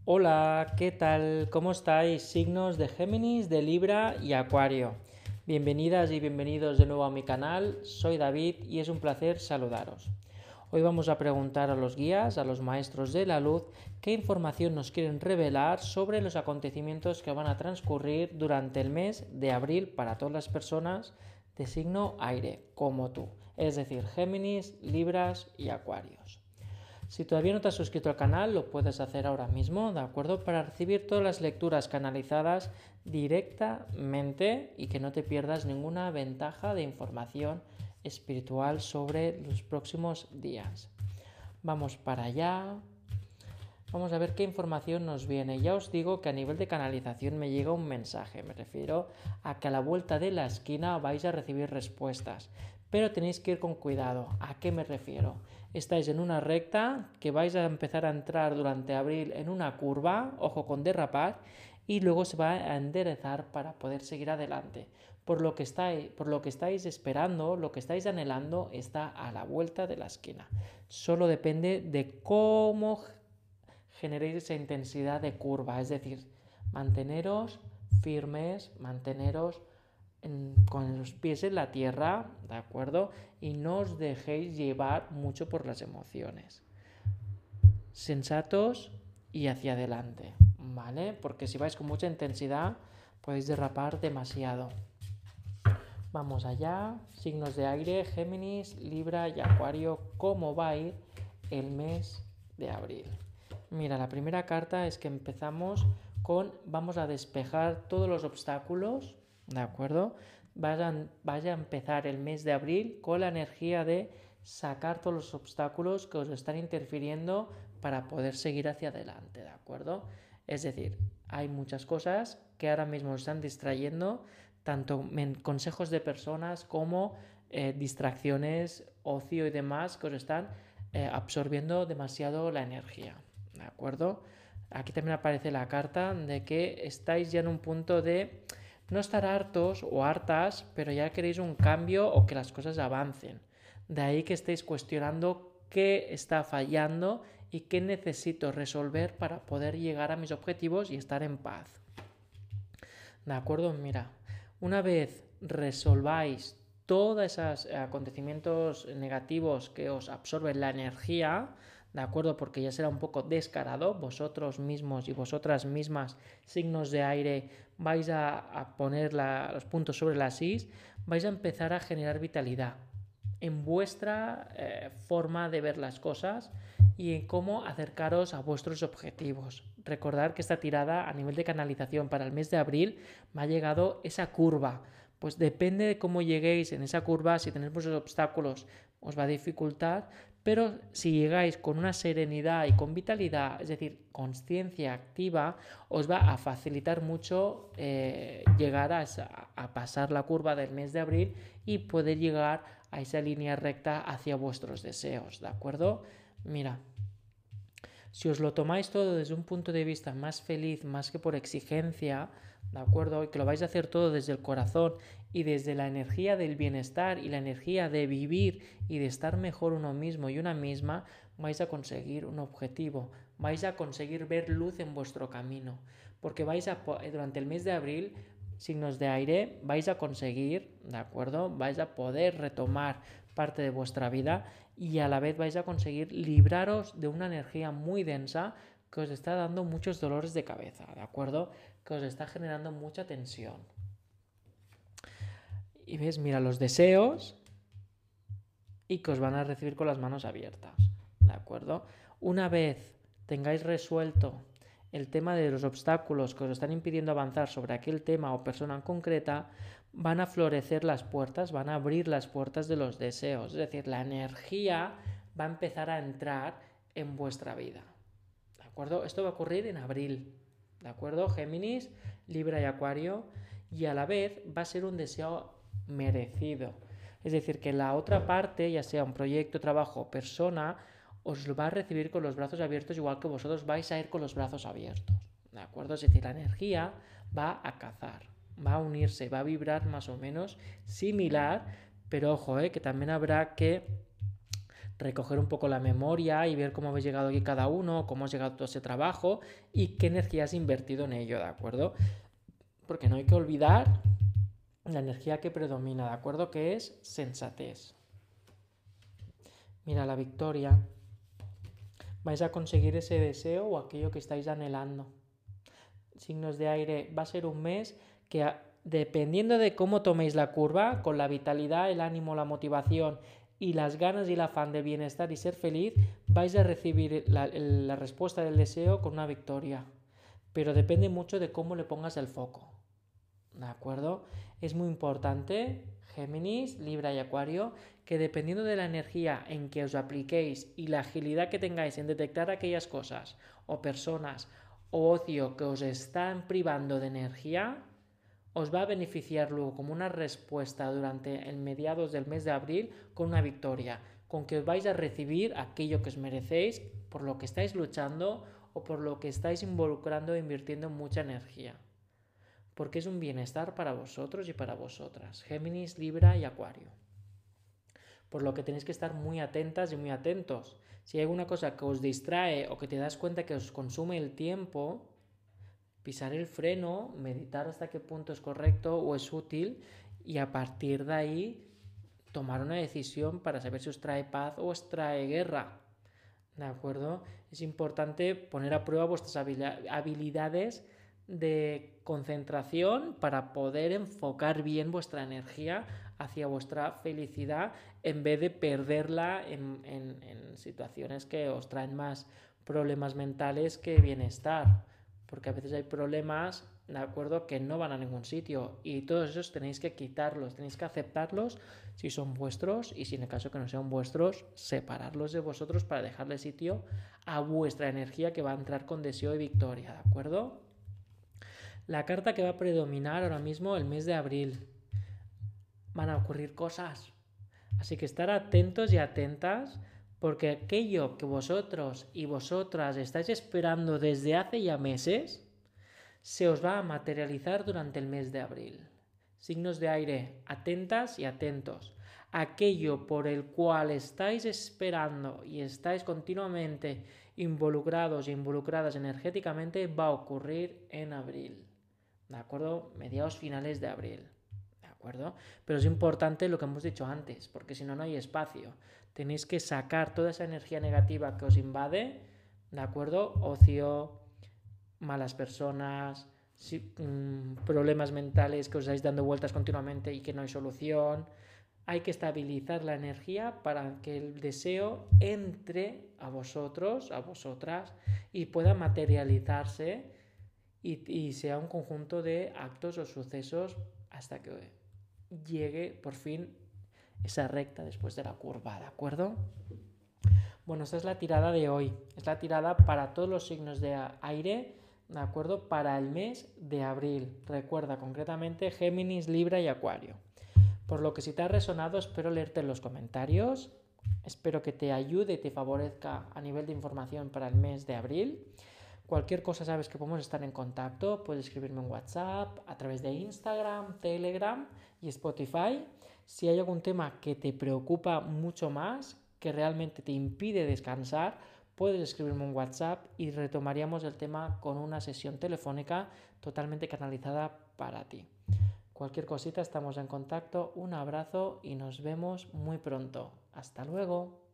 Hola, ¿qué tal? ¿Cómo estáis? Signos de Géminis, de Libra y Acuario. Bienvenidas y bienvenidos de nuevo a mi canal. Soy David y es un placer saludaros. Hoy vamos a preguntar a los guías, a los maestros de la luz, qué información nos quieren revelar sobre los acontecimientos que van a transcurrir durante el mes de abril para todas las personas de signo aire, como tú, es decir, Géminis, Libras y Acuarios. Si todavía no te has suscrito al canal, lo puedes hacer ahora mismo, ¿de acuerdo? Para recibir todas las lecturas canalizadas directamente y que no te pierdas ninguna ventaja de información espiritual sobre los próximos días. Vamos para allá. Vamos a ver qué información nos viene. Ya os digo que a nivel de canalización me llega un mensaje. Me refiero a que a la vuelta de la esquina vais a recibir respuestas. Pero tenéis que ir con cuidado. ¿A qué me refiero? Estáis en una recta que vais a empezar a entrar durante abril en una curva, ojo con derrapar, y luego se va a enderezar para poder seguir adelante. Por lo que estáis esperando, lo que estáis anhelando está a la vuelta de la esquina. Solo depende de cómo generéis esa intensidad de curva, es decir, manteneros firmes, manteneros con los pies en la tierra, ¿de acuerdo? Y no os dejéis llevar mucho por las emociones. Sensatos y hacia adelante, ¿vale? Porque si vais con mucha intensidad podéis derrapar demasiado. Vamos allá, signos de aire, Géminis, Libra y Acuario, ¿cómo va a ir el mes de abril? Mira, la primera carta es que empezamos con vamos a despejar todos los obstáculos, ¿de acuerdo? Vaya a empezar el mes de abril con la energía de sacar todos los obstáculos que os están interfiriendo para poder seguir hacia adelante, ¿de acuerdo? Es decir, hay muchas cosas que ahora mismo os están distrayendo, tanto en consejos de personas como distracciones, ocio y demás que os están absorbiendo demasiado la energía. ¿De acuerdo? Aquí también aparece la carta de que estáis ya en un punto de no estar hartos o hartas, pero ya queréis un cambio o que las cosas avancen. De ahí que estéis cuestionando qué está fallando y qué necesito resolver para poder llegar a mis objetivos y estar en paz. ¿De acuerdo? Mira, una vez resolváis todos esos acontecimientos negativos que os absorben la energía, ¿de acuerdo? Porque ya será un poco descarado, vosotros mismos y vosotras mismas, signos de aire, vais a poner los puntos sobre las is, vais a empezar a generar vitalidad en vuestra forma de ver las cosas y en cómo acercaros a vuestros objetivos. Recordad que esta tirada a nivel de canalización para el mes de abril me ha llegado esa curva. Pues depende de cómo lleguéis en esa curva, si tenéis muchos obstáculos os va a dificultar, pero si llegáis con una serenidad y con vitalidad, es decir, conciencia activa, os va a facilitar mucho llegar a pasar la curva del mes de abril y poder llegar a esa línea recta hacia vuestros deseos, ¿de acuerdo? Mira, si os lo tomáis todo desde un punto de vista más feliz, más que por exigencia, ¿de acuerdo? Y que lo vais a hacer todo desde el corazón y desde la energía del bienestar y la energía de vivir y de estar mejor uno mismo y una misma, vais a conseguir un objetivo, vais a conseguir ver luz en vuestro camino, porque durante el mes de abril, signos de aire, vais a conseguir, ¿de acuerdo? Vais a poder retomar parte de vuestra vida y a la vez vais a conseguir libraros de una energía muy densa que os está dando muchos dolores de cabeza, ¿de acuerdo? Que os está generando mucha tensión. Y ves, mira, los deseos y que os van a recibir con las manos abiertas, ¿de acuerdo? Una vez tengáis resuelto el tema de los obstáculos que os están impidiendo avanzar sobre aquel tema o persona en concreta, van a florecer las puertas, van a abrir las puertas de los deseos, es decir, la energía va a empezar a entrar en vuestra vida, ¿de acuerdo? Esto va a ocurrir en abril, ¿de acuerdo? Géminis, Libra y Acuario, y a la vez va a ser un deseo merecido, es decir, que la otra parte, ya sea un proyecto, trabajo o persona, os va a recibir con los brazos abiertos igual que vosotros vais a ir con los brazos abiertos, ¿de acuerdo? Es decir, la energía va a cazar, va a unirse, va a vibrar más o menos similar, pero ojo, que también habrá que recoger un poco la memoria y ver cómo habéis llegado aquí cada uno, cómo has llegado a todo ese trabajo y qué energía has invertido en ello, ¿de acuerdo? Porque no hay que olvidar la energía que predomina, ¿de acuerdo? Que es sensatez. Mira, la victoria. Vais a conseguir ese deseo o aquello que estáis anhelando. Signos de aire, va a ser un mes que dependiendo de cómo toméis la curva, con la vitalidad, el ánimo, la motivación y las ganas y el afán de bienestar y ser feliz, vais a recibir la respuesta del deseo con una victoria. Pero depende mucho de cómo le pongas el foco. ¿De acuerdo? Es muy importante, Géminis, Libra y Acuario, que dependiendo de la energía en que os apliquéis y la agilidad que tengáis en detectar aquellas cosas o personas o ocio que os están privando de energía, os va a beneficiar luego como una respuesta durante el mediados del mes de abril con una victoria, con que os vais a recibir aquello que os merecéis por lo que estáis luchando o por lo que estáis involucrando e invirtiendo mucha energía. Porque es un bienestar para vosotros y para vosotras, Géminis, Libra y Acuario. Por lo que tenéis que estar muy atentas y muy atentos. Si hay alguna cosa que os distrae o que te das cuenta que os consume el tiempo, pisar el freno, meditar hasta qué punto es correcto o es útil y a partir de ahí tomar una decisión para saber si os trae paz o os trae guerra. ¿De acuerdo? Es importante poner a prueba vuestras habilidades de concentración para poder enfocar bien vuestra energía hacia vuestra felicidad en vez de perderla en situaciones que os traen más problemas mentales que bienestar, porque a veces hay problemas, ¿de acuerdo?, que no van a ningún sitio y todos esos tenéis que quitarlos, tenéis que aceptarlos si son vuestros y si en el caso que no sean vuestros, separarlos de vosotros para dejarle sitio a vuestra energía que va a entrar con deseo y victoria, ¿de acuerdo? La carta que va a predominar ahora mismo el mes de abril. Van a ocurrir cosas. Así que estar atentos y atentas porque aquello que vosotros y vosotras estáis esperando desde hace ya meses se os va a materializar durante el mes de abril. Signos de aire, atentas y atentos. Aquello por el cual estáis esperando y estáis continuamente involucrados e involucradas energéticamente va a ocurrir en abril. ¿De acuerdo? Mediados finales de abril. ¿De acuerdo? Pero es importante lo que hemos dicho antes, porque si no, no hay espacio. Tenéis que sacar toda esa energía negativa que os invade, ¿de acuerdo? Ocio, malas personas, problemas mentales que os estáis dando vueltas continuamente y que no hay solución. Hay que estabilizar la energía para que el deseo entre a vosotros, a vosotras y pueda materializarse y sea un conjunto de actos o sucesos hasta que llegue por fin esa recta después de la curva, ¿de acuerdo? Bueno, esta es la tirada de hoy. Es la tirada para todos los signos de aire, ¿de acuerdo? Para el mes de abril. Recuerda, concretamente, Géminis, Libra y Acuario. Por lo que si te ha resonado, espero leerte en los comentarios. Espero que te ayude y te favorezca a nivel de información para el mes de abril. Cualquier cosa sabes que podemos estar en contacto. Puedes escribirme en WhatsApp, a través de Instagram, Telegram y Spotify. Si hay algún tema que te preocupa mucho más, que realmente te impide descansar, puedes escribirme en WhatsApp y retomaríamos el tema con una sesión telefónica totalmente canalizada para ti. Cualquier cosita estamos en contacto. Un abrazo y nos vemos muy pronto. Hasta luego.